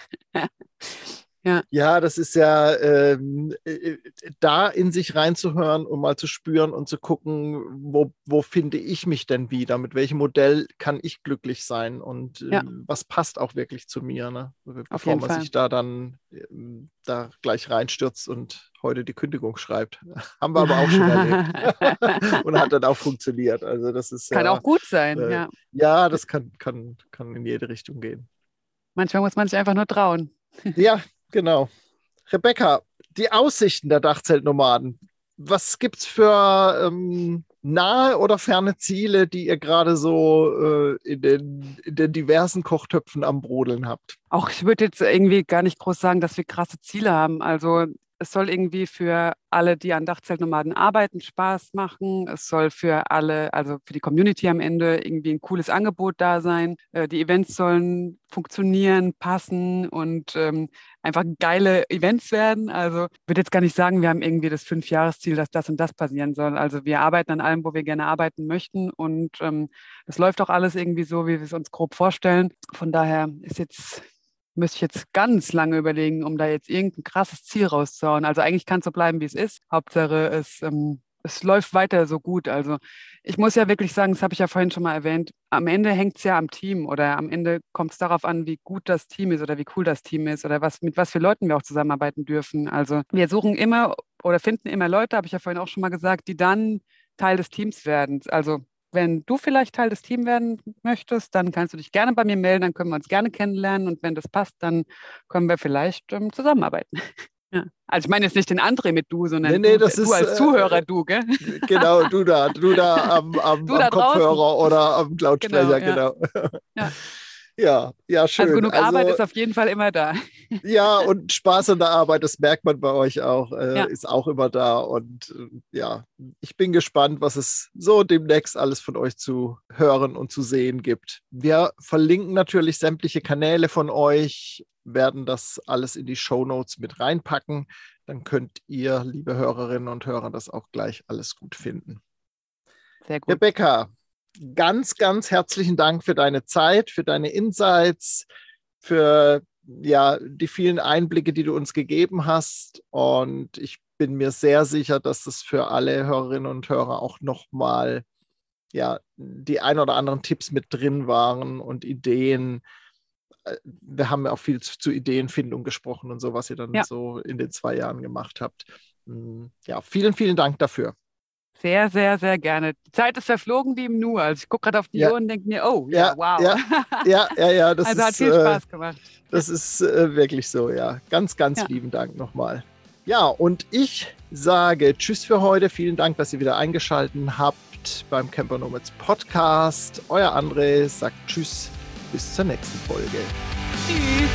Ja.
Ja, das ist ja da in sich reinzuhören und mal zu spüren und zu gucken, wo finde ich mich denn wieder? Mit welchem Modell kann ich glücklich sein? Und was passt auch wirklich zu mir, ne? Bevor man sich da dann da gleich reinstürzt und heute die Kündigung schreibt. Haben wir aber auch schon erlebt. Und hat dann auch funktioniert. Also das ist
kann auch gut sein, ja.
Ja, das kann in jede Richtung gehen.
Manchmal muss man sich einfach nur trauen.
Ja, genau. Rebecca, die Aussichten der Dachzeltnomaden. Was gibt es für nahe oder ferne Ziele, die ihr gerade so in den diversen Kochtöpfen am Brodeln habt?
Auch ich würde jetzt irgendwie gar nicht groß sagen, dass wir krasse Ziele haben. Also es soll irgendwie für alle, die an Dachzeltnomaden arbeiten, Spaß machen. Es soll für alle, also für die Community am Ende irgendwie ein cooles Angebot da sein. Die Events sollen funktionieren, passen und einfach geile Events werden. Also ich würde jetzt gar nicht sagen, wir haben irgendwie das 5-Jahres-Ziel, dass das und das passieren soll. Also wir arbeiten an allem, wo wir gerne arbeiten möchten und es läuft auch alles irgendwie so, wie wir es uns grob vorstellen. Von daher müsste ich jetzt ganz lange überlegen, um da jetzt irgendein krasses Ziel rauszuhauen. Also eigentlich kann es so bleiben, wie es ist. Hauptsache, es läuft weiter so gut. Also ich muss ja wirklich sagen, das habe ich ja vorhin schon mal erwähnt, am Ende hängt es ja am Team oder am Ende kommt es darauf an, wie gut das Team ist oder wie cool das Team ist oder mit was für Leuten wir auch zusammenarbeiten dürfen. Also wir suchen immer oder finden immer Leute, habe ich ja vorhin auch schon mal gesagt, die dann Teil des Teams werden. Also wenn du vielleicht Teil des Teams werden möchtest, dann kannst du dich gerne bei mir melden, dann können wir uns gerne kennenlernen und wenn das passt, dann können wir vielleicht zusammenarbeiten. Ja. Also ich meine jetzt nicht den André mit du, sondern du als Zuhörer, gell?
Genau, du da am Kopfhörer oder am Lautsprecher, genau. Ja, schön.
Also genug Arbeit ist auf jeden Fall immer da.
Ja, und Spaß an der Arbeit, das merkt man bei euch auch, ist auch immer da. Und ich bin gespannt, was es so demnächst alles von euch zu hören und zu sehen gibt. Wir verlinken natürlich sämtliche Kanäle von euch, werden das alles in die Shownotes mit reinpacken. Dann könnt ihr, liebe Hörerinnen und Hörer, das auch gleich alles gut finden.
Sehr gut.
Rebecca, ganz, ganz herzlichen Dank für deine Zeit, für deine Insights, für die vielen Einblicke, die du uns gegeben hast. Und ich bin mir sehr sicher, dass es für alle Hörerinnen und Hörer auch nochmal die ein oder anderen Tipps mit drin waren und Ideen. Wir haben ja auch viel zu Ideenfindung gesprochen und so, was ihr dann so in den 2 Jahren gemacht habt. Ja, vielen, vielen Dank dafür.
Sehr, sehr, sehr gerne. Die Zeit ist verflogen wie im Nu. Also ich gucke gerade auf die Uhr und denke mir, wow.
Ja, das
also hat viel Spaß gemacht.
Das ist wirklich so, ja. Ganz, ganz lieben Dank nochmal. Ja, und ich sage Tschüss für heute. Vielen Dank, dass ihr wieder eingeschaltet habt beim Camper Nomads Podcast. Euer André sagt Tschüss, bis zur nächsten Folge.
Tschüss.